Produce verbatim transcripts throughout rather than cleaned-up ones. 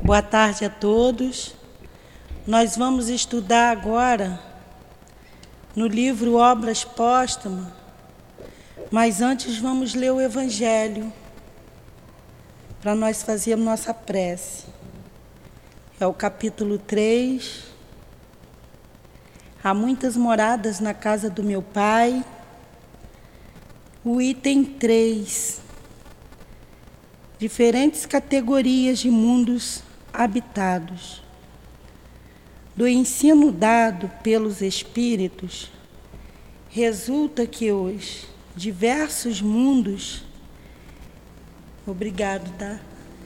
Boa tarde a todos. Nós vamos estudar agora no livro Obras Póstumas, mas antes vamos ler o Evangelho para nós fazermos nossa prece. É o capítulo três. Há muitas moradas na casa do meu Pai. O item três. Diferentes categorias de mundos habitados. Do ensino dado pelos Espíritos, resulta que os diversos mundos, obrigado, tá?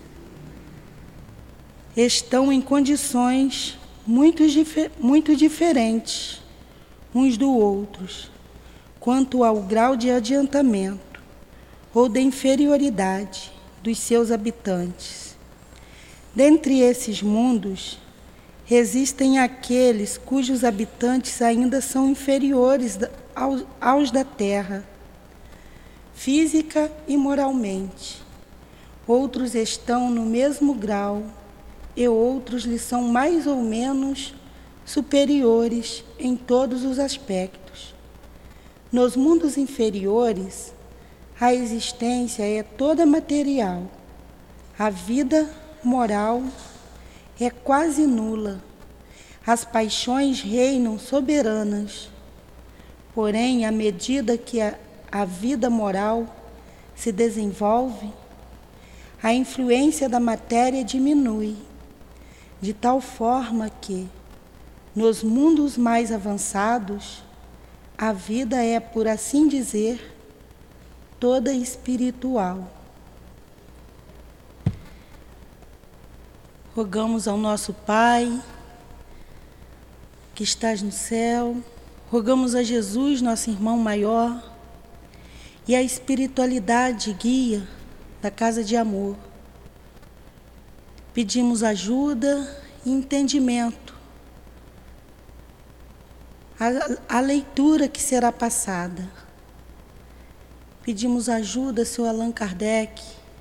Estão em condições muito, difer- muito diferentes uns dos outros, quanto ao grau de adiantamento ou de inferioridade dos seus habitantes. Dentre esses mundos, existem aqueles cujos habitantes ainda são inferiores aos, aos da Terra, física e moralmente. Outros estão no mesmo grau e outros lhes são mais ou menos superiores em todos os aspectos. Nos mundos inferiores, a existência é toda material. A vida moral é quase nula. As paixões reinam soberanas. Porém, à medida que a, a vida moral se desenvolve, a influência da matéria diminui, de tal forma que, nos mundos mais avançados, a vida é, por assim dizer, toda espiritual. Rogamos ao nosso Pai, que estás no céu, rogamos a Jesus, nosso irmão maior, e a espiritualidade guia da Casa de Amor. Pedimos ajuda e entendimento à, à leitura que será passada. Pedimos ajuda ao seu Allan Kardec,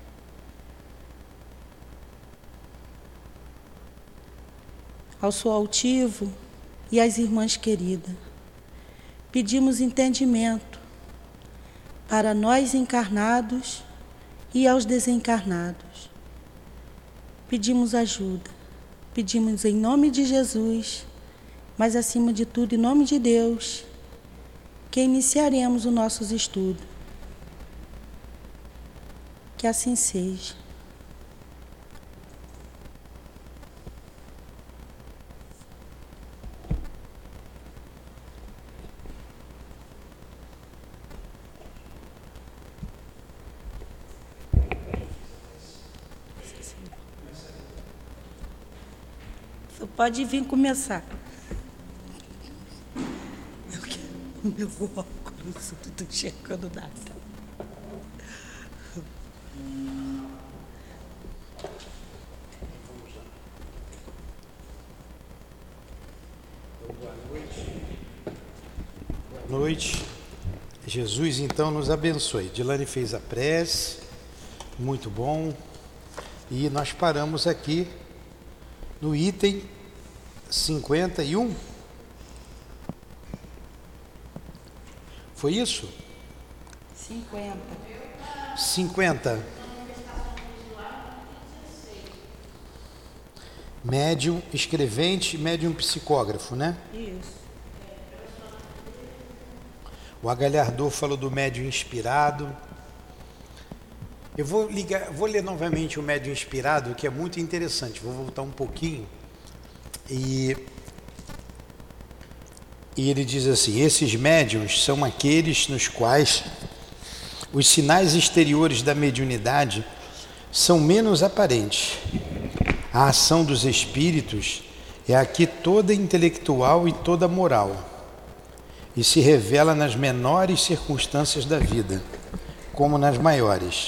ao seu altivo e às irmãs queridas. Pedimos entendimento para nós encarnados e aos desencarnados. Pedimos ajuda, pedimos em nome de Jesus, mas acima de tudo em nome de Deus, que iniciaremos os nossos estudos. Que assim seja. Você pode vir começar. Eu quero o meu óculos, não estou enxergando nada. Boa noite. Jesus, então, nos abençoe. Dilane fez a prece, muito bom. E nós paramos aqui no item cinquenta e um. Foi isso? cinquenta. cinquenta. Médium escrevente, médium psicógrafo, né? Isso. O Agalhardor falou do médium inspirado. Eu vou, ligar, vou ler novamente o médium inspirado, que é muito interessante. Vou voltar um pouquinho. E, e ele diz assim: esses médiuns são aqueles nos quais os sinais exteriores da mediunidade são menos aparentes. A ação dos espíritos é aqui toda intelectual e toda moral, e se revela nas menores circunstâncias da vida, como nas maiores,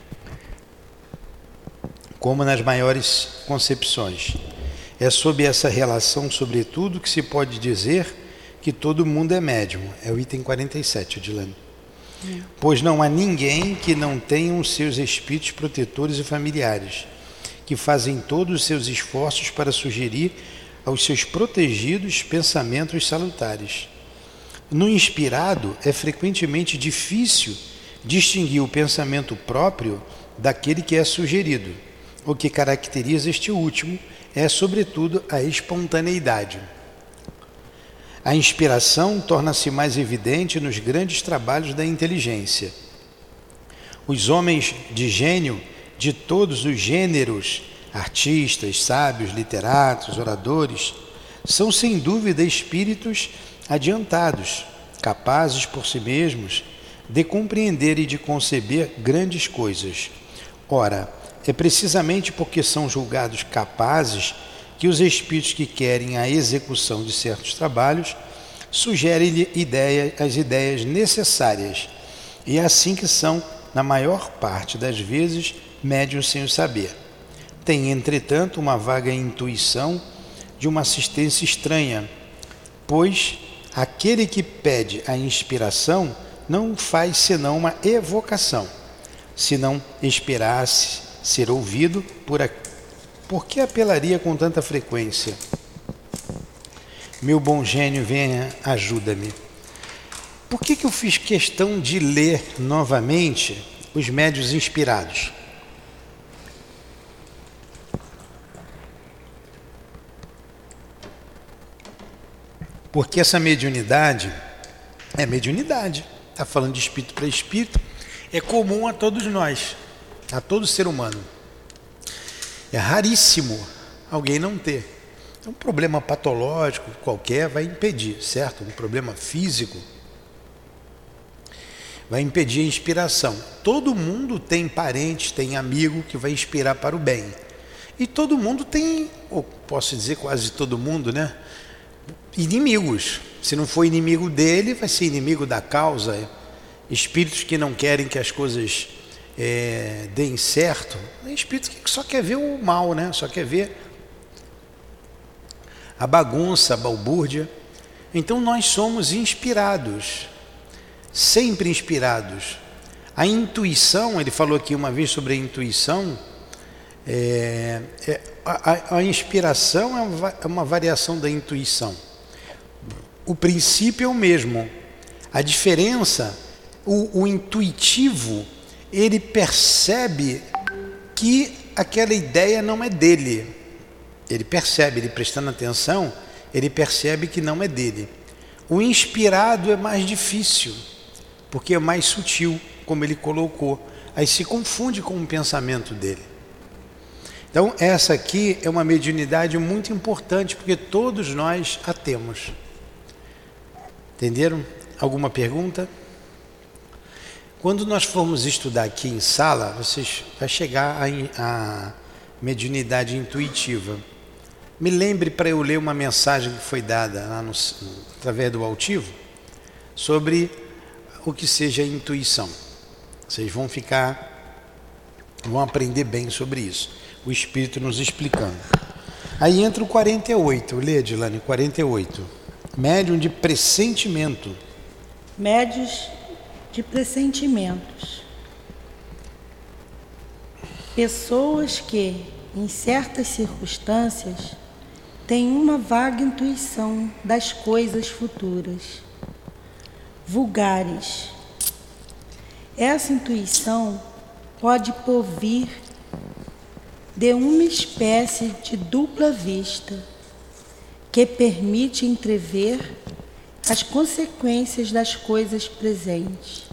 como nas maiores concepções. É sob essa relação, sobretudo, que se pode dizer que todo mundo é médium. É o item quarenta e sete, Odilane. Hum. Pois não há ninguém que não tenha os seus espíritos protetores e familiares, que que fazem todos os seus esforços para sugerir aos seus protegidos pensamentos salutares. No inspirado, é frequentemente difícil distinguir o pensamento próprio daquele que é sugerido. O que caracteriza este último é, sobretudo, a espontaneidade. A inspiração torna-se mais evidente nos grandes trabalhos da inteligência. Os homens de gênio de todos os gêneros, artistas, sábios, literatos, oradores, são sem dúvida espíritos adiantados, capazes por si mesmos de compreender e de conceber grandes coisas. Ora, é precisamente porque são julgados capazes que os espíritos que querem a execução de certos trabalhos sugerem-lhe ideia, as ideias necessárias, e é assim que são, na maior parte das vezes, médiuns sem o saber. Tem, entretanto, uma vaga intuição de uma assistência estranha, pois aquele que pede a inspiração não faz senão uma evocação. Se não esperasse ser ouvido, por, a... por que apelaria com tanta frequência? Meu bom gênio, venha, ajuda-me. Por que que eu fiz questão de ler novamente os médiuns inspirados? Porque essa mediunidade é mediunidade. Está falando de espírito para espírito. É comum a todos nós, a todo ser humano. É raríssimo alguém não ter. Um problema patológico qualquer vai impedir, certo? Um problema físico vai impedir a inspiração. Todo mundo tem parentes, tem amigo que vai inspirar para o bem. E todo mundo tem, ou posso dizer quase todo mundo, né? Inimigos. Se não for inimigo dele, vai ser inimigo da causa. Espíritos que não querem que as coisas é, deem certo. Espírito que só quer ver o mal, né? Só quer ver a bagunça, a balbúrdia. Então nós somos inspirados, sempre inspirados. A intuição, ele falou aqui uma vez sobre a intuição, é, é, a, a inspiração é uma, é uma variação da intuição. O princípio é o mesmo. A diferença, o, o intuitivo, ele percebe que aquela ideia não é dele. Ele percebe, ele prestando atenção, ele percebe que não é dele. O inspirado é mais difícil, porque é mais sutil, como ele colocou. Aí se confunde com o pensamento dele. Então essa aqui é uma mediunidade muito importante, porque todos nós a temos. Entenderam? Alguma pergunta? Quando nós formos estudar aqui em sala, vocês vai chegar a, a mediunidade intuitiva. Me lembre para eu ler uma mensagem que foi dada lá no, através do altivo sobre o que seja intuição. Vocês vão ficar, vão aprender bem sobre isso. O Espírito nos explicando. Aí entra o quarenta e oito. Lê, Edilane, quarenta e oito. Médium de pressentimento. Médios de pressentimentos. Pessoas que, em certas circunstâncias, têm uma vaga intuição das coisas futuras. Vulgares. Essa intuição pode provir de uma espécie de dupla vista que permite entrever as consequências das coisas presentes,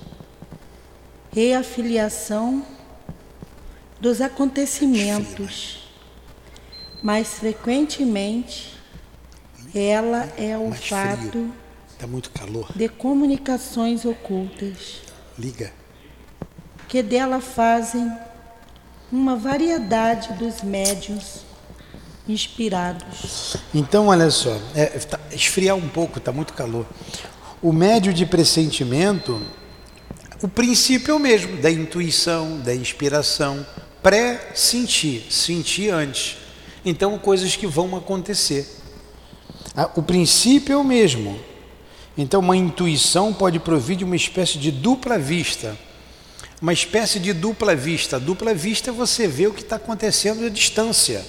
reafiliação dos acontecimentos, mas frequentemente ela é o Mais fato frio. Tá muito calor. de comunicações ocultas. Liga. Que dela fazem uma variedade dos médiuns inspirados. Então, olha só, é, tá, esfriar um pouco, está muito calor. O médium de pressentimento, o princípio é o mesmo, da intuição, da inspiração, pré-sentir, sentir antes. Então, coisas que vão acontecer. O princípio é o mesmo. Então, uma intuição pode provir de uma espécie de dupla vista. uma espécie de dupla vista. A dupla vista é você vê o que está acontecendo à distância.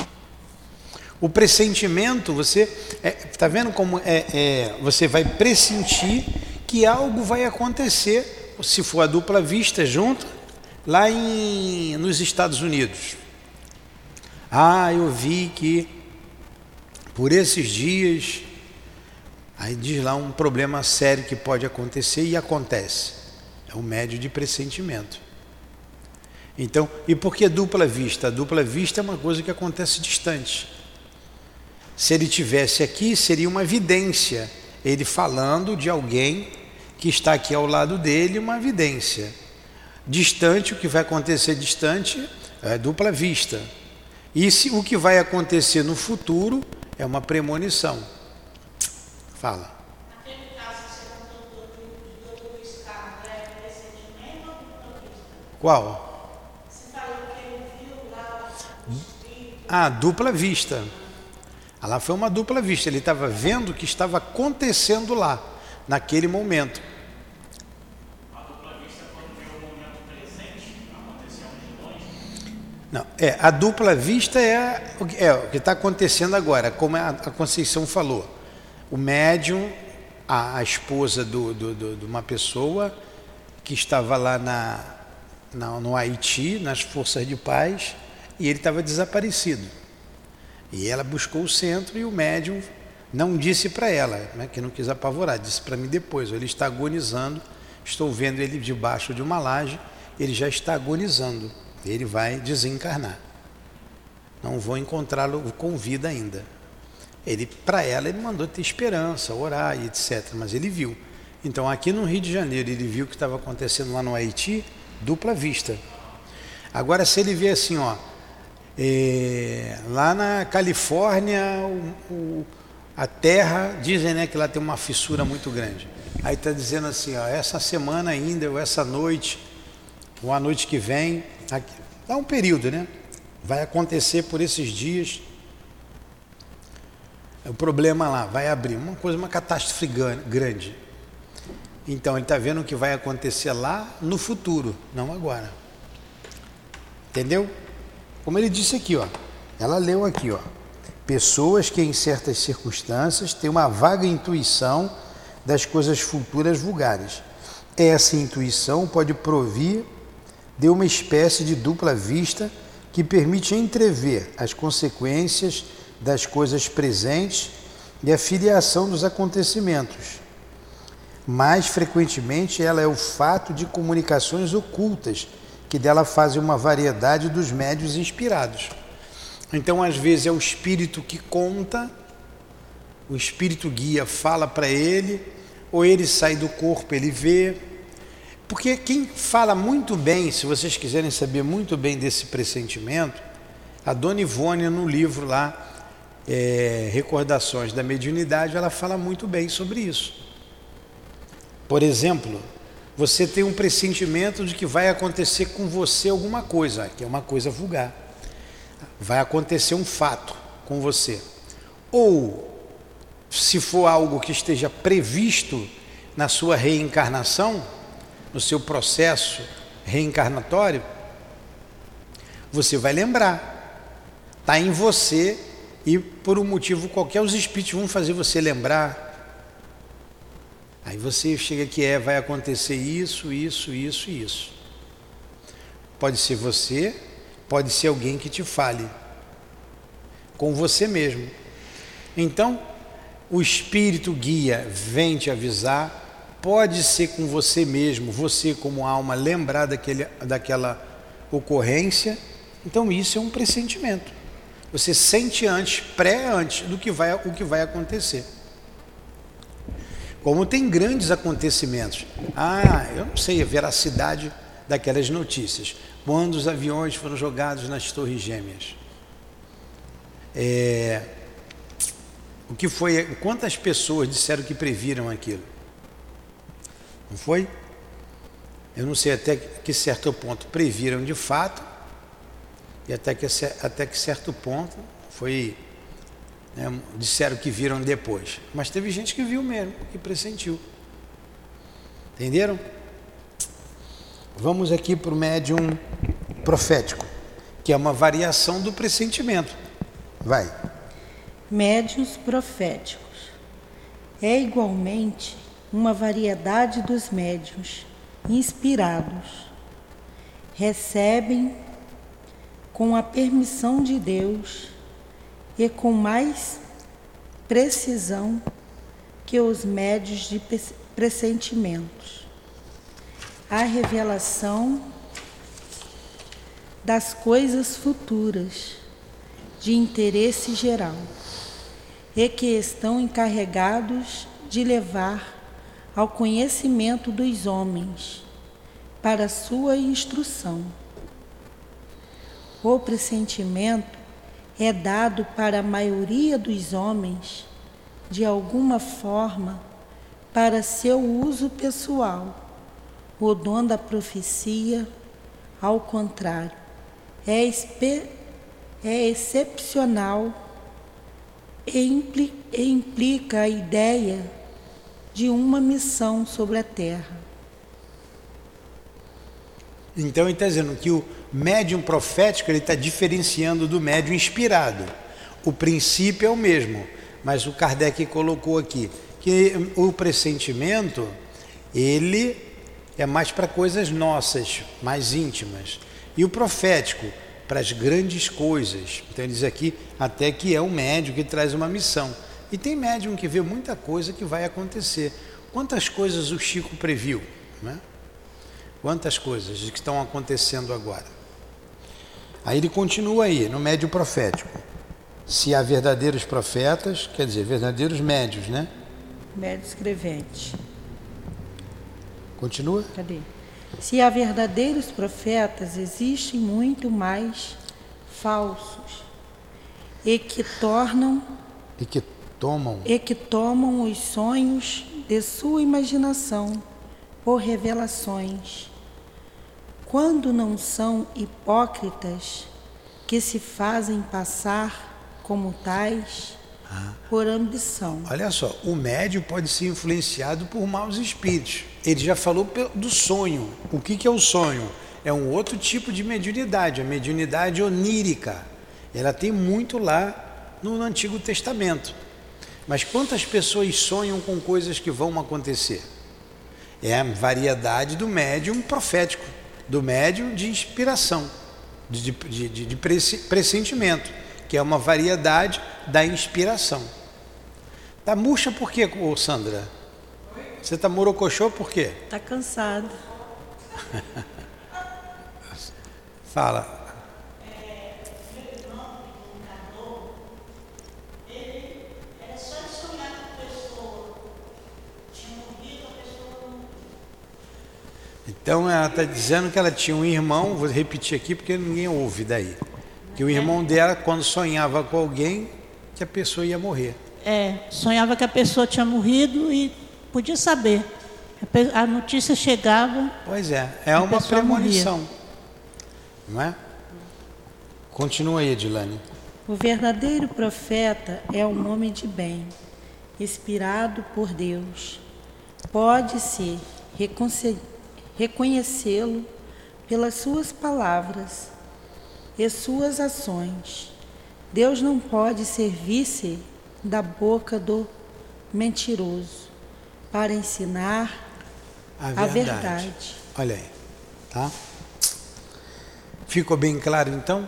O pressentimento, você está é, vendo como é, é, você vai pressentir que algo vai acontecer, se for a dupla vista junto, lá em, nos Estados Unidos. Ah, eu vi que por esses dias, aí diz lá um problema sério que pode acontecer e acontece. É o médio de pressentimento. Então, e por que dupla vista? A dupla vista é uma coisa que acontece distante. Se ele tivesse aqui, seria uma vidência. Ele falando de alguém que está aqui ao lado dele, uma vidência. Distante, o que vai acontecer distante é dupla vista. E se o que vai acontecer no futuro é uma premonição. Fala. Naquele caso que você contou do Luiz Carlos, é pressentimento ou dupla vista? Qual? Você falou que ele viu lá o espírito. Ah, dupla vista. Lá foi uma dupla vista. Ele estava vendo o que estava acontecendo lá, naquele momento. A dupla vista é quando vê o momento presente, aconteceu de longe? Não, é, a dupla vista é, é o que está acontecendo agora, como a, a Conceição falou. O médium, a, a esposa do, do, do, de uma pessoa que estava lá na, na, no Haiti, nas forças de paz, e ele estava desaparecido. E ela buscou o centro e o médium não disse para ela, né, que não quis apavorar, disse para mim depois, ele está agonizando, estou vendo ele debaixo de uma laje, ele já está agonizando, ele vai desencarnar. Não vou encontrá-lo com vida ainda. Ele, para ela, ele mandou ter esperança, orar e etcétera. Mas ele viu. Então, aqui no Rio de Janeiro, ele viu o que estava acontecendo lá no Haiti, dupla vista. Agora, se ele vê assim, ó, é, lá na Califórnia, o, o, a terra, dizem, né, que lá tem uma fissura muito grande. Aí está dizendo assim, ó, essa semana ainda, ou essa noite, ou a noite que vem, aqui, dá um período, né? Vai acontecer por esses dias. O problema lá vai abrir uma coisa, uma catástrofe grande. Então ele está vendo o que vai acontecer lá no futuro, não agora. Entendeu? Como ele disse aqui, ó. Ela leu aqui, ó. Pessoas que em certas circunstâncias têm uma vaga intuição das coisas futuras vulgares. Essa intuição pode provir de uma espécie de dupla vista que permite entrever as consequências das coisas presentes e a filiação dos acontecimentos. Mais frequentemente, ela é o fato de comunicações ocultas, que dela fazem uma variedade dos médios inspirados. Então, às vezes, é o espírito que conta, o espírito guia fala para ele, ou ele sai do corpo, ele vê. Porque quem fala muito bem, se vocês quiserem saber muito bem desse pressentimento, a Dona Ivone, no livro lá, é, Recordações da Mediunidade, ela fala muito bem sobre isso. Por exemplo, você tem um pressentimento de que vai acontecer com você alguma coisa, que é uma coisa vulgar. Vai acontecer um fato com você. Ou, se for algo que esteja previsto na sua reencarnação, no seu processo reencarnatório, você vai lembrar. Está em você e por um motivo qualquer os espíritos vão fazer você lembrar. Aí você chega aqui, é, vai acontecer isso, isso, isso e isso. Pode ser você, pode ser alguém que te fale. Com você mesmo. Então, o espírito guia vem te avisar, pode ser com você mesmo, você como alma lembrar daquele, daquela ocorrência. Então isso é um pressentimento. Você sente antes, pré-antes do que vai, o que vai acontecer. Como tem grandes acontecimentos. Ah, eu não sei a veracidade daquelas notícias. Quando os aviões foram jogados nas Torres Gêmeas. É, o que foi? Quantas pessoas disseram que previram aquilo? Não foi? Eu não sei até que certo ponto previram de fato e até que, até que certo ponto foi, né, disseram que viram depois. Mas teve gente que viu mesmo, que pressentiu. Entenderam? Vamos aqui para o médium profético, que é uma variação do pressentimento. Vai. Médiuns proféticos. É igualmente uma variedade dos médiuns inspirados. Recebem com a permissão de Deus e com mais precisão que os médiuns de pressentimentos a revelação das coisas futuras de interesse geral e que estão encarregados de levar ao conhecimento dos homens para sua instrução. O pressentimento é dado para a maioria dos homens de alguma forma para seu uso pessoal. O dom da profecia, ao contrário, é, espe- é excepcional e, impli- e implica a ideia de uma missão sobre a Terra. Então ele está dizendo que o médium profético ele está diferenciando do médium inspirado. O princípio é o mesmo, mas o Kardec colocou aqui que o pressentimento ele é mais para coisas nossas, mais íntimas, e o profético para as grandes coisas. Então ele diz aqui até que é um médium que traz uma missão. E tem médium que vê muita coisa que vai acontecer. Quantas coisas o Chico previu, né? Quantas coisas que estão acontecendo agora. Aí ele continua aí, no médium profético. Se há verdadeiros profetas, quer dizer, verdadeiros médios, né? Médio escrevente. Continua? Cadê? Se há verdadeiros profetas, existem muito mais falsos e que tornam E que tomam e que tomam os sonhos de sua imaginação por revelações, quando não são hipócritas que se fazem passar como tais ah. por ambição. Olha só, o médium pode ser influenciado por maus espíritos. Ele já falou do sonho. O que é o sonho? É um outro tipo de mediunidade, a mediunidade onírica. Ela tem muito lá no Antigo Testamento. Mas quantas pessoas sonham com coisas que vão acontecer? É a variedade do médium profético, do médium de inspiração, de, de, de, de pressentimento, que é uma variedade da inspiração. Tá murcha por quê, ô Sandra? Você tá morocochô por quê? Está cansado. Fala. Então ela está dizendo que ela tinha um irmão, vou repetir aqui porque ninguém ouve daí, que o irmão dela, quando sonhava com alguém, que a pessoa ia morrer. É, sonhava que a pessoa tinha morrido e podia saber. A, pe- a notícia chegava. Pois é, é A uma pessoa premonição, não é? Continua aí, Edilane. O verdadeiro profeta é um homem de bem, inspirado por Deus. Pode-se reconce- reconhecê-lo pelas suas palavras e suas ações. Deus não pode servir-se da boca do mentiroso para ensinar A a verdade. verdade. Olha aí, tá? Ficou bem claro então?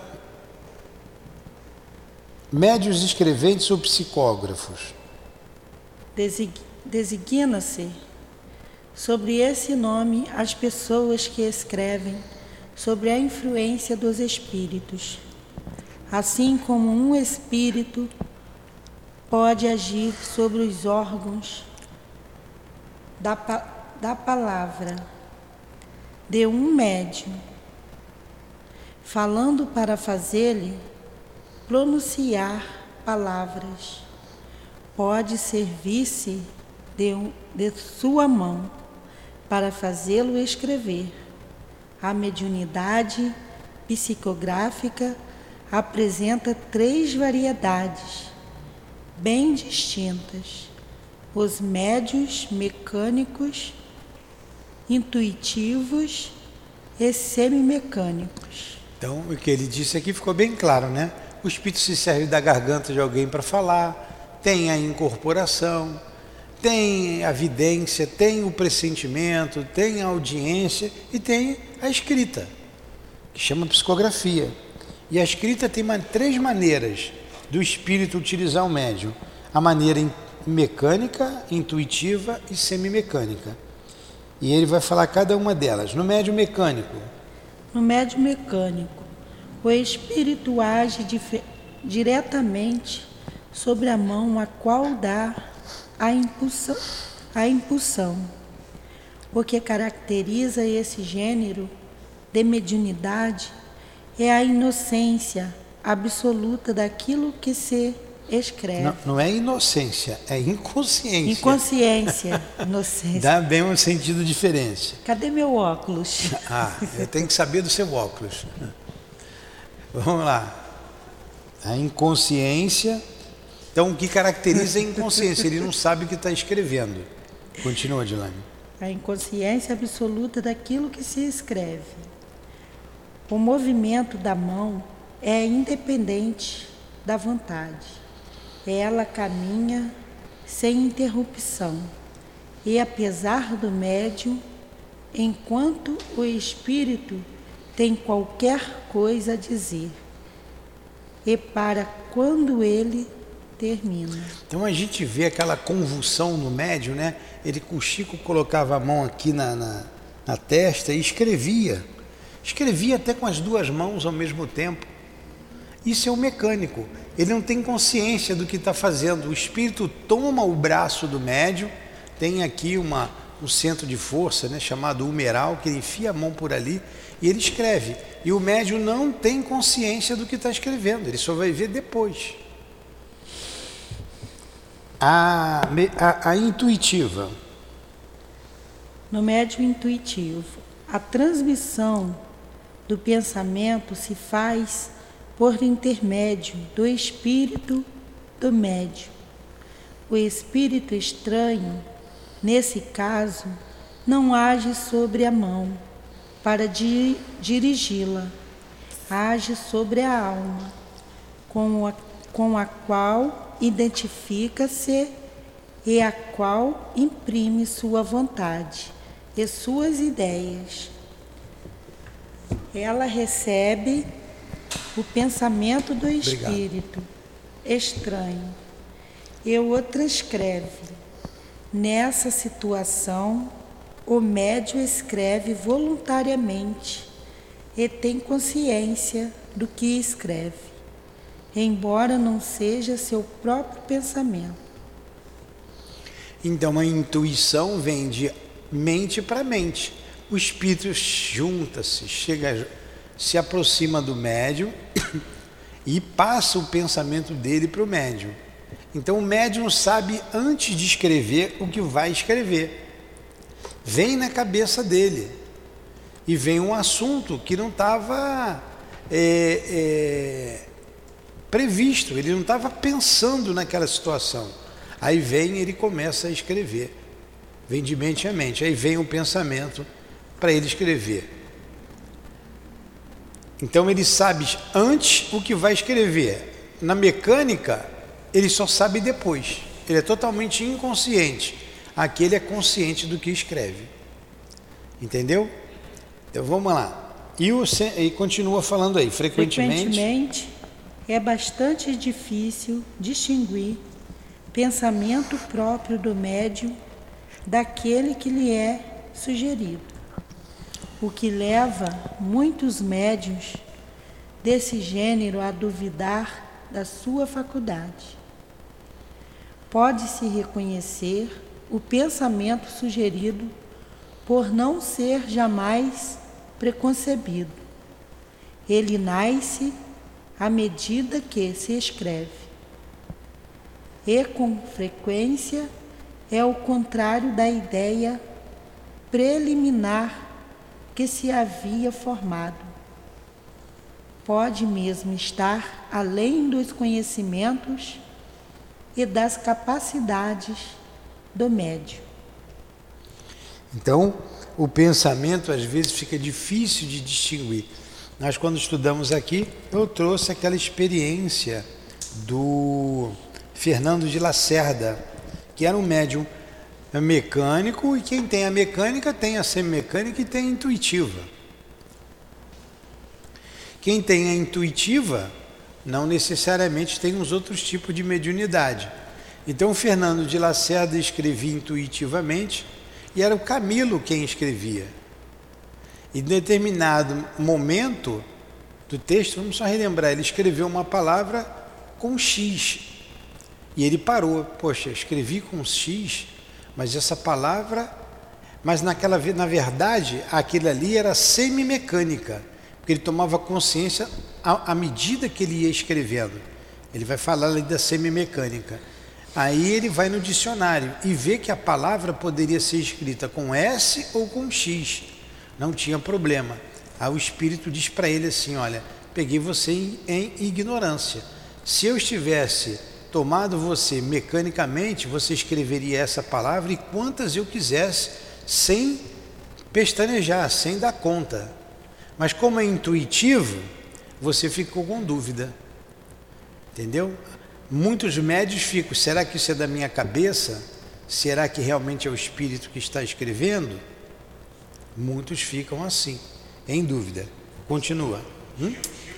Médios escreventes ou psicógrafos? Desig- Designa-se sobre esse nome as pessoas que escrevem sobre a influência dos espíritos. Assim como um espírito pode agir sobre os órgãos da, pa- da palavra de um médium, falando para fazer-lhe pronunciar palavras, pode servir-se de, um, de sua mão para fazê-lo escrever. A mediunidade psicográfica apresenta três variedades bem distintas: os médios mecânicos, intuitivos e semimecânicos. Então, o que ele disse aqui ficou bem claro, né? O espírito se serve da garganta de alguém para falar, tem a incorporação, tem a vidência, tem o pressentimento, tem a audiência e tem a escrita, que chama psicografia. E a escrita tem uma, três maneiras do espírito utilizar o médium: a maneira mecânica, intuitiva e semimecânica. E ele vai falar cada uma delas. No médium mecânico. No médium mecânico, o espírito age dif- diretamente sobre a mão a qual dá a impulsão, a impulsão. O que caracteriza esse gênero de mediunidade é a inocência absoluta daquilo que se escreve. Não, não é inocência, é inconsciência. Inconsciência, inocência. Dá bem um sentido diferente. Cadê meu óculos? Ah, eu tenho que saber do seu óculos. Vamos lá. A inconsciência. Então, o que caracteriza a inconsciência? Ele não sabe o que está escrevendo. Continua, Dilane. A inconsciência absoluta daquilo que se escreve. O movimento da mão é independente da vontade. Ela caminha sem interrupção. E apesar do médium, enquanto o espírito tem qualquer coisa a dizer, e para quando ele termina. Então a gente vê aquela convulsão no médium, né? Ele, com o Chico, colocava a mão aqui na, na, na testa e escrevia. Escrevia até com as duas mãos ao mesmo tempo. Isso é o mecânico. Ele não tem consciência do que está fazendo. O espírito toma o braço do médium, tem aqui uma, um centro de força, né, chamado humeral, que ele enfia a mão por ali e ele escreve. E o médium não tem consciência do que está escrevendo, ele só vai ver depois. A, a, a intuitiva. No médium intuitivo, a transmissão do pensamento se faz por intermédio do espírito do médium. O espírito estranho, nesse caso, não age sobre a mão para di- dirigi-la, age sobre a alma, com a, com a qual identifica-se e a qual imprime sua vontade e suas ideias. Ela recebe o pensamento do espírito estranho e o transcreve. Nessa situação, o médium escreve voluntariamente e tem consciência do que escreve, embora não seja seu próprio pensamento. Então a intuição vem de mente para mente. O espírito junta-se, chega, se aproxima do médium e passa o pensamento dele para o médium. Então o médium sabe antes de escrever o que vai escrever. Vem na cabeça dele e vem um assunto que não estava é, é, previsto, ele não estava pensando naquela situação. Aí vem e ele começa a escrever, vem de mente a mente, aí vem o pensamento para ele escrever. Então ele sabe antes o que vai escrever. Na mecânica, ele só sabe depois, ele é totalmente inconsciente. Aqui ele é consciente do que escreve. Entendeu? Então vamos lá. E, o, e continua falando aí, frequentemente. Frequentemente é bastante difícil distinguir pensamento próprio do médium daquele que lhe é sugerido, o que leva muitos médiuns desse gênero a duvidar da sua faculdade. Pode-se reconhecer o pensamento sugerido por não ser jamais preconcebido. Ele nasce à medida que se escreve. E, com frequência, é o contrário da ideia preliminar que se havia formado. Pode mesmo estar além dos conhecimentos e das capacidades do médium. Então, o pensamento às vezes fica difícil de distinguir. Nós, quando estudamos aqui, eu trouxe aquela experiência do Fernando de Lacerda, que era um médium mecânico, e quem tem a mecânica tem a semimecânica e tem a intuitiva. Quem tem a intuitiva não necessariamente tem os outros tipos de mediunidade. Então, o Fernando de Lacerda escrevia intuitivamente e era o Camilo quem escrevia. Em determinado momento do texto, vamos só relembrar, ele escreveu uma palavra com X e ele parou. Poxa, escrevi com X, mas essa palavra, mas naquela, na verdade, aquilo ali era semimecânica, porque ele tomava consciência à, à medida que ele ia escrevendo. Ele vai falar ali da semimecânica. Aí ele vai no dicionário e vê que a palavra poderia ser escrita com S ou com X. Não tinha problema. Aí o Espírito diz para ele assim, olha, peguei você em, em ignorância. Se eu estivesse tomado você mecanicamente, você escreveria essa palavra e quantas eu quisesse, sem pestanejar, sem dar conta. Mas como é intuitivo, você ficou com dúvida. Entendeu? Muitos médios ficam, será que isso é da minha cabeça? Será que realmente é o Espírito que está escrevendo? Muitos ficam assim, em dúvida. Continua. Hum?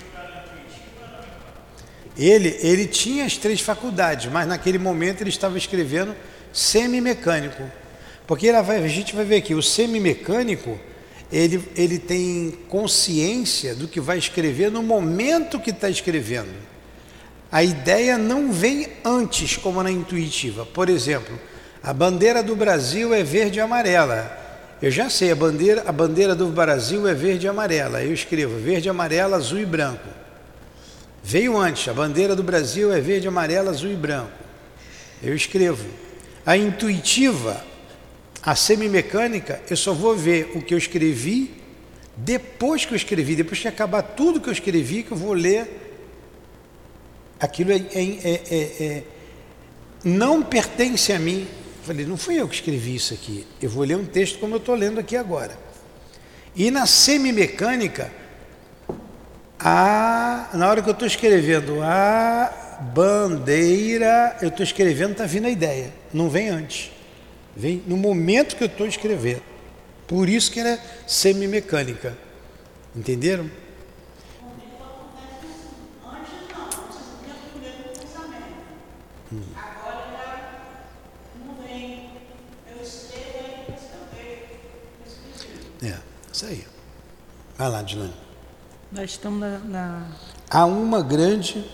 Ele, ele tinha as três faculdades, mas naquele momento ele estava escrevendo semimecânico. Porque ela vai, a gente vai ver aqui, o semimecânico, ele, ele tem consciência do que vai escrever no momento que está escrevendo. A ideia não vem antes, como na intuitiva. Por exemplo, a bandeira do Brasil é verde e amarela. Eu já sei, a bandeira, a bandeira do Brasil é verde e amarela. Eu escrevo verde, amarela, azul e branco. Veio antes, a bandeira do Brasil é verde, amarela, azul e branco. Eu escrevo. A intuitiva, a semimecânica, eu só vou ver o que eu escrevi depois que eu escrevi, depois que acabar tudo que eu escrevi, que eu vou ler. Aquilo é, é, é, é, não pertence a mim. Eu falei, não fui eu que escrevi isso aqui. Eu vou ler um texto como eu estou lendo aqui agora. E na semimecânica, a, na hora que eu estou escrevendo a bandeira, eu estou escrevendo, está vindo a ideia. Não vem antes. Vem no momento que eu estou escrevendo. Por isso que ela é semimecânica. Entenderam? É, isso aí. Vai lá, Dilane. Nós estamos na, na... Há uma grande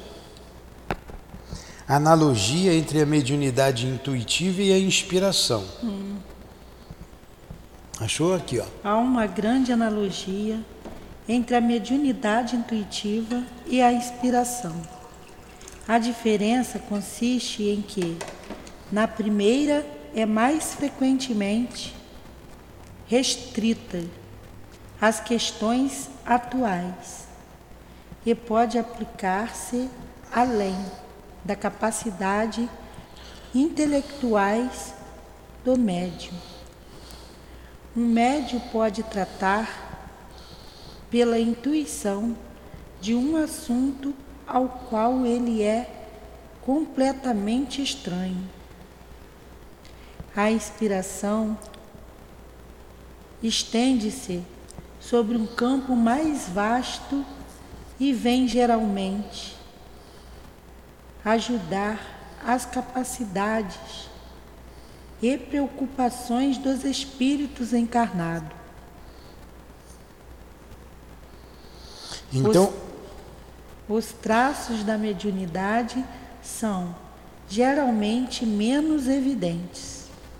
analogia entre a mediunidade intuitiva e a inspiração. Hum. Achou aqui, ó. Há uma grande analogia entre a mediunidade intuitiva e a inspiração. A diferença consiste em que, na primeira, é mais frequentemente restrita às questões atuais e pode aplicar-se além da capacidade intelectuais do médium. Um médium pode tratar pela intuição de um assunto ao qual ele é completamente estranho. A inspiração estende-se sobre um campo mais vasto e vem geralmente ajudar as capacidades e preocupações dos espíritos encarnados. Então, os, os traços da mediunidade são geralmente menos evidentes.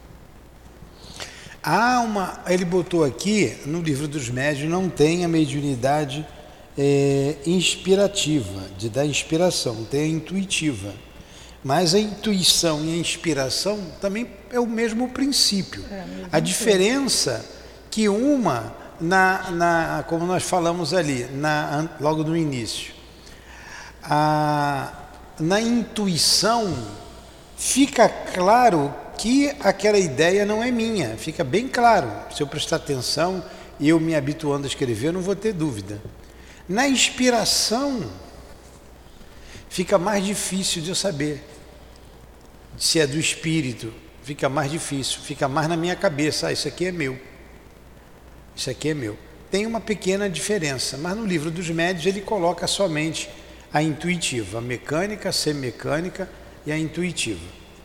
Há uma, ele botou aqui, no livro dos médiuns, não tem a mediunidade é, inspirativa, de dar inspiração, tem a intuitiva. Mas a intuição e a inspiração também é o mesmo princípio. É, a diferença que uma, na, na, como nós falamos ali, na, logo no início, a, na intuição fica claro que aquela ideia não é minha, fica bem claro. Se eu prestar atenção e eu me habituando a escrever, eu não vou ter dúvida. Na inspiração, fica mais difícil de eu saber se é do espírito, fica mais difícil, fica mais na minha cabeça. Ah, isso aqui é meu, isso aqui é meu. Tem uma pequena diferença, mas no livro dos médiuns ele coloca somente a intuitiva, a mecânica, a semicânica e a intuitiva.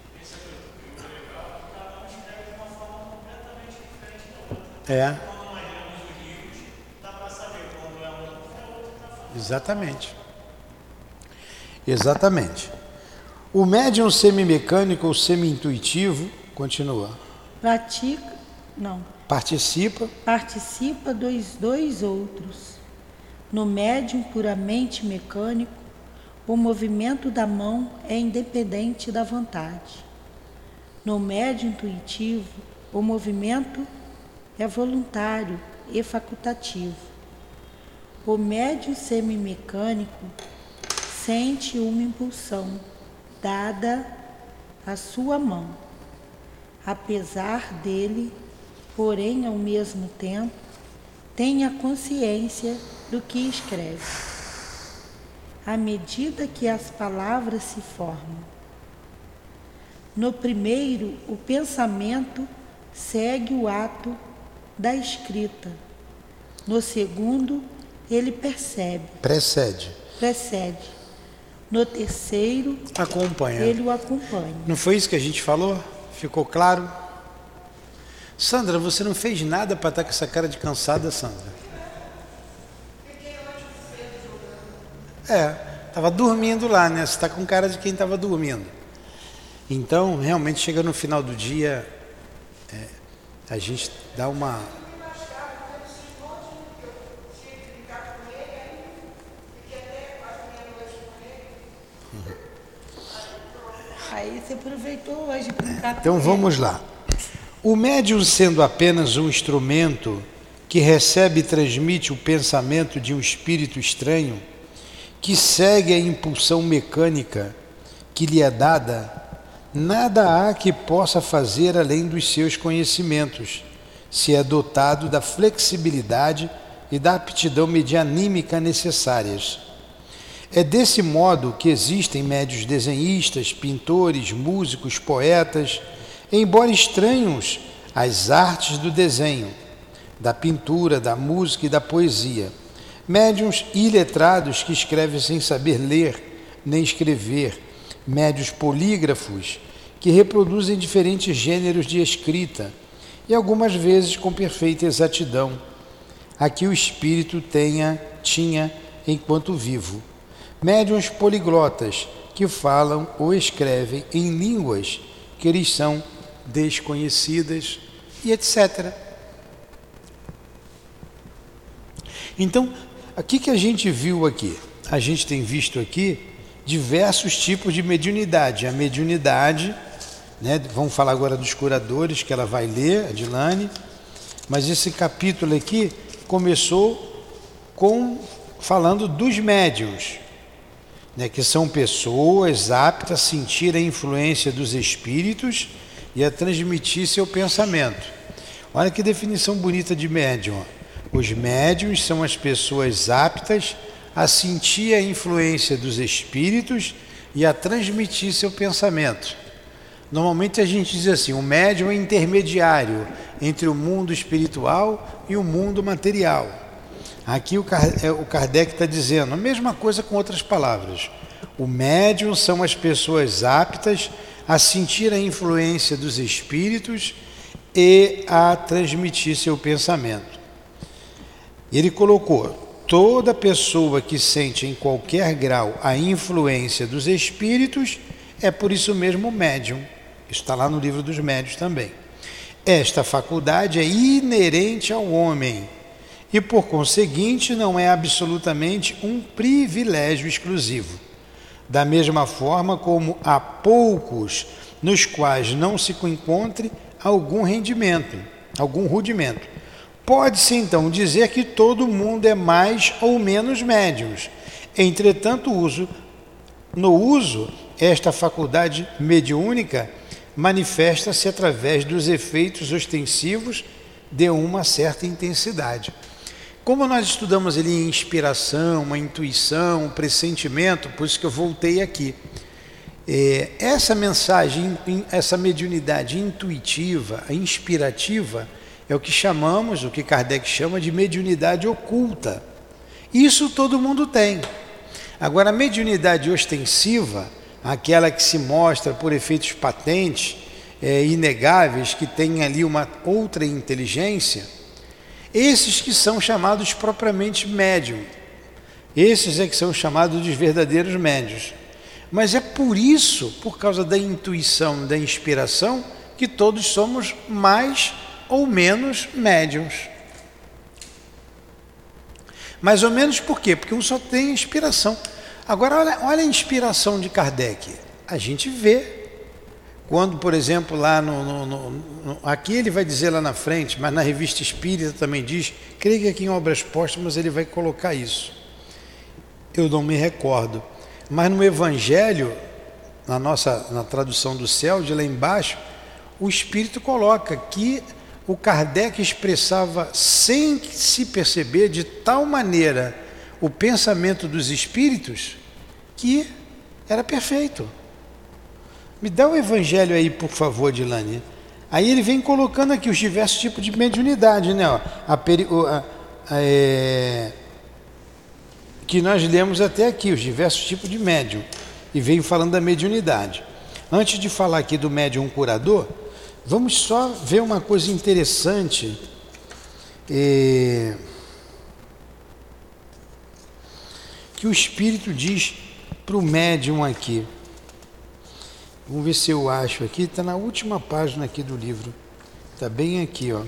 É. Exatamente. Exatamente. O médium semimecânico ou semi-intuitivo, continua. Pratica, não. Participa. Participa dos dois outros. No médium puramente mecânico, o movimento da mão é independente da vontade. No médium intuitivo, o movimento é voluntário e facultativo. O médium semimecânico sente uma impulsão dada à sua mão. Apesar dele, porém, ao mesmo tempo, tem a consciência do que escreve. À medida que as palavras se formam. No primeiro, o pensamento segue o ato da escrita. No segundo, ele percebe. Precede. Precede. No terceiro, acompanha. Ele o acompanha. Não foi isso que a gente falou? Ficou claro? Sandra, você não fez nada para estar com essa cara de cansada, Sandra? É, estava dormindo lá, né? Você está com cara de quem estava dormindo. Então, realmente, chega no final do dia, é, a gente dá uma... Aí você aproveitou hoje para brincar. Então vamos lá. O médium, sendo apenas um instrumento que recebe e transmite o pensamento de um espírito estranho, que segue a impulsão mecânica que lhe é dada, nada há que possa fazer além dos seus conhecimentos, se é dotado da flexibilidade e da aptidão medianímica necessárias. É desse modo que existem médiuns desenhistas, pintores, músicos, poetas, embora estranhos às artes do desenho, da pintura, da música e da poesia. Médiuns iletrados que escrevem sem saber ler nem escrever. Médiuns polígrafos que reproduzem diferentes gêneros de escrita e algumas vezes com perfeita exatidão, a que o espírito tenha, tinha enquanto vivo. Médiuns poliglotas que falam ou escrevem em línguas que lhes são desconhecidas e etcétera. Então, o que, que a gente viu aqui? A gente tem visto aqui diversos tipos de mediunidade. A mediunidade, né, vamos falar agora dos curadores, que ela vai ler, a Dilane, mas esse capítulo aqui começou com, falando dos médiuns, né, que são pessoas aptas a sentir a influência dos espíritos e a transmitir seu pensamento. Olha que definição bonita de médium. Os médiuns são as pessoas aptas a sentir a influência dos espíritos e a transmitir seu pensamento. Normalmente a gente diz assim, o médium é intermediário entre o mundo espiritual e o mundo material. Aqui o Kardec está dizendo a mesma coisa com outras palavras. O médium são as pessoas aptas a sentir a influência dos espíritos e a transmitir seu pensamento. Ele colocou, toda pessoa que sente em qualquer grau a influência dos espíritos é por isso mesmo médium. Isso está lá no livro dos médiuns também. Esta faculdade é inerente ao homem e, por conseguinte, não é absolutamente um privilégio exclusivo. Da mesma forma como há poucos nos quais não se encontre algum rendimento, algum rudimento. Pode-se então dizer que todo mundo é mais ou menos médiuns. Entretanto, uso, no uso esta faculdade mediúnica manifesta-se através dos efeitos ostensivos de uma certa intensidade. Como nós estudamos ali em inspiração, a intuição, o pressentimento, por isso que eu voltei aqui. É, essa mensagem, essa mediunidade intuitiva, a inspirativa, é o que chamamos, o que Kardec chama de mediunidade oculta. Isso todo mundo tem. Agora, a mediunidade ostensiva, aquela que se mostra por efeitos patentes, é, inegáveis, que tem ali uma outra inteligência, esses que são chamados propriamente médium, esses é que são chamados de verdadeiros médiuns. Mas é por isso, por causa da intuição, da inspiração, que todos somos mais ou menos médiuns. Mais ou menos por quê? Porque um só tem inspiração. Agora, olha, olha a inspiração de Kardec. A gente vê, quando, por exemplo, lá no, no, no, no... Aqui ele vai dizer lá na frente, mas na Revista Espírita também diz, creio que aqui em Obras Póstumas ele vai colocar isso. Eu não me recordo. Mas no Evangelho, na nossa na tradução do céu, de lá embaixo, o Espírito coloca que o Kardec expressava, sem se perceber, de tal maneira o pensamento dos espíritos, que era perfeito. Me dá o Evangelho aí, por favor, Dilane. Aí ele vem colocando aqui os diversos tipos de mediunidade, né? A, peri, a, a, é, que nós lemos até aqui, os diversos tipos de médium. E veio falando da mediunidade. Antes de falar aqui do médium curador, vamos só ver uma coisa interessante. É, que o Espírito diz para o médium aqui. Vamos ver se eu acho aqui, está na última página aqui do livro. Está bem aqui, ó.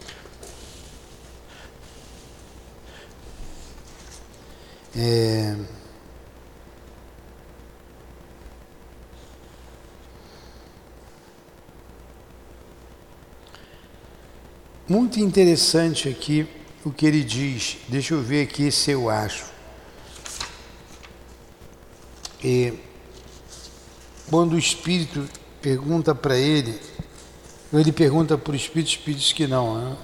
É... Muito interessante aqui o que ele diz. Deixa eu ver aqui se eu acho. É... Quando o Espírito pergunta para ele, ele pergunta para o Espírito, o Espírito diz que não. Né?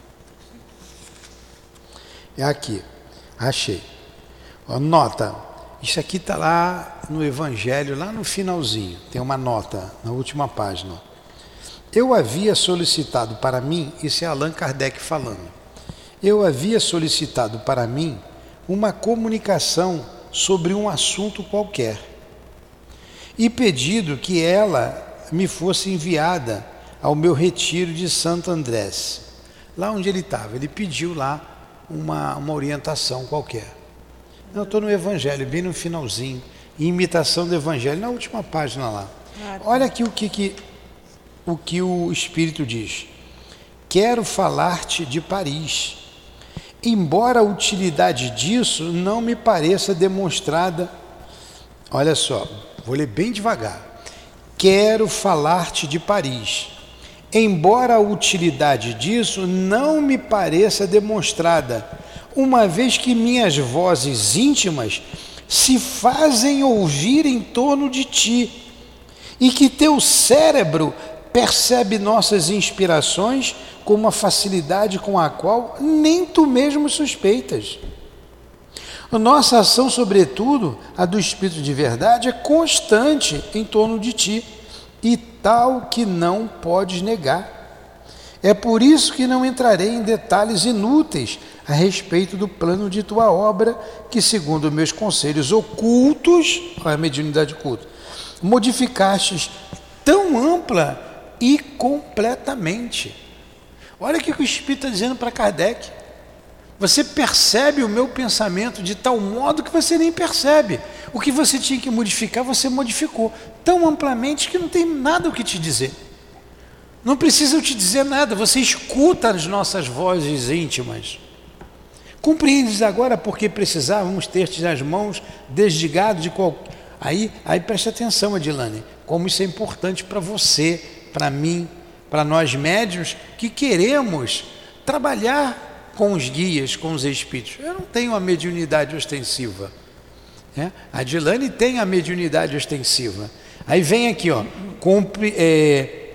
É aqui, achei. Ó, nota, isso aqui está lá no Evangelho, lá no finalzinho, tem uma nota na última página. Eu havia solicitado para mim, esse é Allan Kardec falando, eu havia solicitado para mim uma comunicação sobre um assunto qualquer, e pedido que ela me fosse enviada ao meu retiro de Santo Andrés, lá onde ele estava. Ele pediu lá uma, uma orientação qualquer. Eu estou no Evangelho, bem no finalzinho, em imitação do Evangelho, na última página lá. Olha aqui o que, que, o, que o Espírito diz. Quero falar-te de Paris, embora a utilidade disso não me pareça demonstrada. Olha só, vou ler bem devagar. Quero falar-te de Paris, embora a utilidade disso não me pareça demonstrada, uma vez que minhas vozes íntimas se fazem ouvir em torno de ti, e que teu cérebro percebe nossas inspirações com uma facilidade com a qual nem tu mesmo suspeitas. Nossa ação, sobretudo, a do Espírito de verdade, é constante em torno de ti, e tal que não podes negar. É por isso que não entrarei em detalhes inúteis a respeito do plano de tua obra, que, segundo meus conselhos ocultos, a mediunidade oculta, modificastes tão ampla e completamente. Olha o que o Espírito está dizendo para Kardec. Você percebe o meu pensamento de tal modo que você nem percebe. O que você tinha que modificar, você modificou tão amplamente que não tem nada o que te dizer. Não precisa eu te dizer nada, você escuta as nossas vozes íntimas. Compreendes agora porque precisávamos ter-te nas mãos desligado de qualquer... Aí, aí preste atenção, Adilane, como isso é importante para você, para mim, para nós médiuns que queremos trabalhar com os guias, com os espíritos. Eu não tenho uma mediunidade ostensiva. É? A Dilane tem a mediunidade ostensiva. Aí vem aqui, ó, compre, é,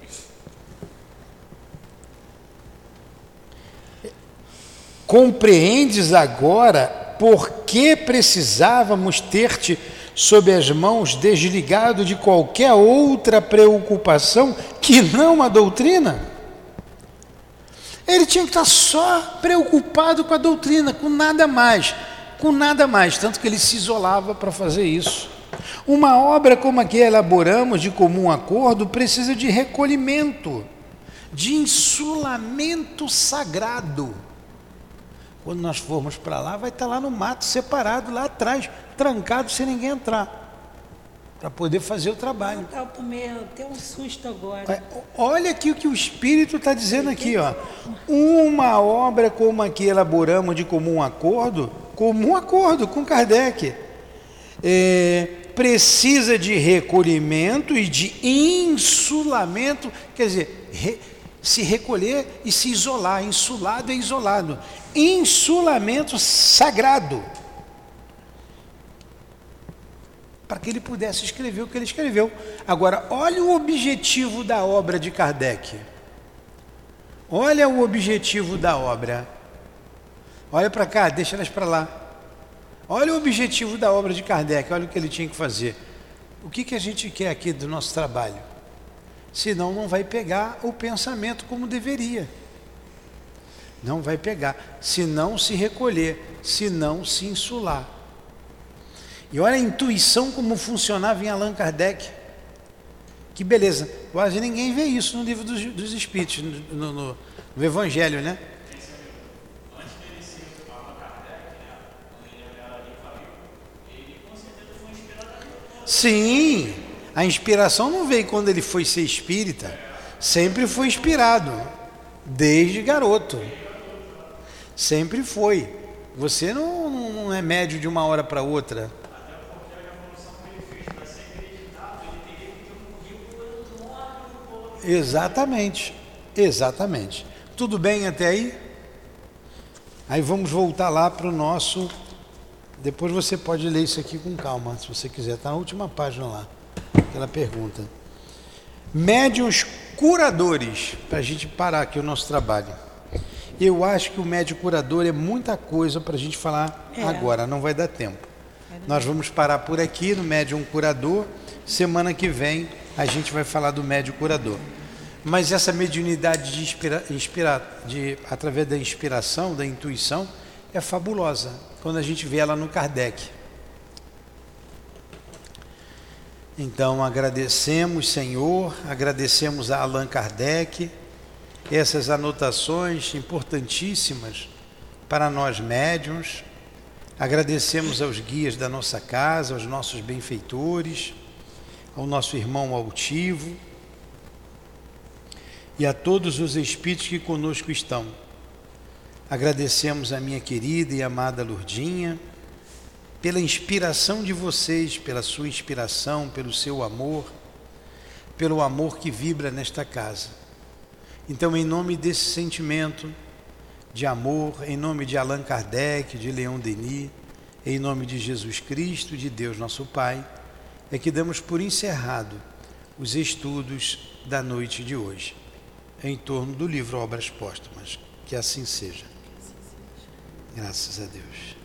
compreendes agora por que precisávamos ter-te sob as mãos, desligado de qualquer outra preocupação que não a doutrina? Ele tinha que estar só preocupado com a doutrina, com nada mais, com nada mais, tanto que ele se isolava para fazer isso. Uma obra como a que elaboramos de comum acordo precisa de recolhimento, de insulamento sagrado. Quando nós formos para lá, vai estar lá no mato, separado, lá atrás, trancado, sem ninguém entrar, para poder fazer o trabalho. Eu tomei até um susto agora. Olha aqui o que o Espírito está dizendo aqui, ó. Uma obra como a que elaboramos de comum acordo, comum acordo com Kardec, é, precisa de recolhimento e de insulamento, quer dizer, re, se recolher e se isolar. Insulado é isolado. Insulamento sagrado, para que ele pudesse escrever o que ele escreveu. Agora, olha o objetivo da obra de Kardec. Olha o objetivo da obra. Olha para cá, deixa elas para lá. Olha o objetivo da obra de Kardec, olha o que ele tinha que fazer. O que, que a gente quer aqui do nosso trabalho? Senão não vai pegar o pensamento como deveria. Não vai pegar, se não se recolher, se não se insular. E olha a intuição como funcionava em Allan Kardec. Que beleza, quase ninguém vê isso no livro dos, dos Espíritos, no, no, no Evangelho, né? Antes dele ser Allan Kardec, né, quando ele era ali falou, ele com certeza foi inspirado. Sim, a inspiração não veio quando ele foi ser espírita, sempre foi inspirado, desde garoto. Sempre foi. Você não, não é médio de uma hora para outra. Até porque a revolução que ele fez para ser acreditado, ele teria que ter um currículo enorme. Exatamente, exatamente. Tudo bem até aí? Aí vamos voltar lá para o nosso... Depois você pode ler isso aqui com calma, se você quiser. Está na última página lá, aquela pergunta. Médiuns curadores, para a gente parar aqui o nosso trabalho. Eu acho que o médium curador é muita coisa para a gente falar é. agora, não vai dar tempo. É. Nós vamos parar por aqui no médium curador. Semana que vem a gente vai falar do médium curador. Mas essa mediunidade de inspira, inspira, de, através da inspiração, da intuição, é fabulosa quando a gente vê ela no Kardec. Então agradecemos, Senhor, agradecemos a Allan Kardec, essas anotações importantíssimas para nós médiuns. Agradecemos aos guias da nossa casa, aos nossos benfeitores, ao nosso irmão altivo e a todos os espíritos que conosco estão. Agradecemos a minha querida e amada Lourdinha pela inspiração de vocês, pela sua inspiração, pelo seu amor, pelo amor que vibra nesta casa. Então, em nome desse sentimento de amor, em nome de Allan Kardec, de Leon Denis, em nome de Jesus Cristo, de Deus nosso Pai, é que damos por encerrado os estudos da noite de hoje, em torno do livro Obras Póstumas. Que assim seja. Graças a Deus.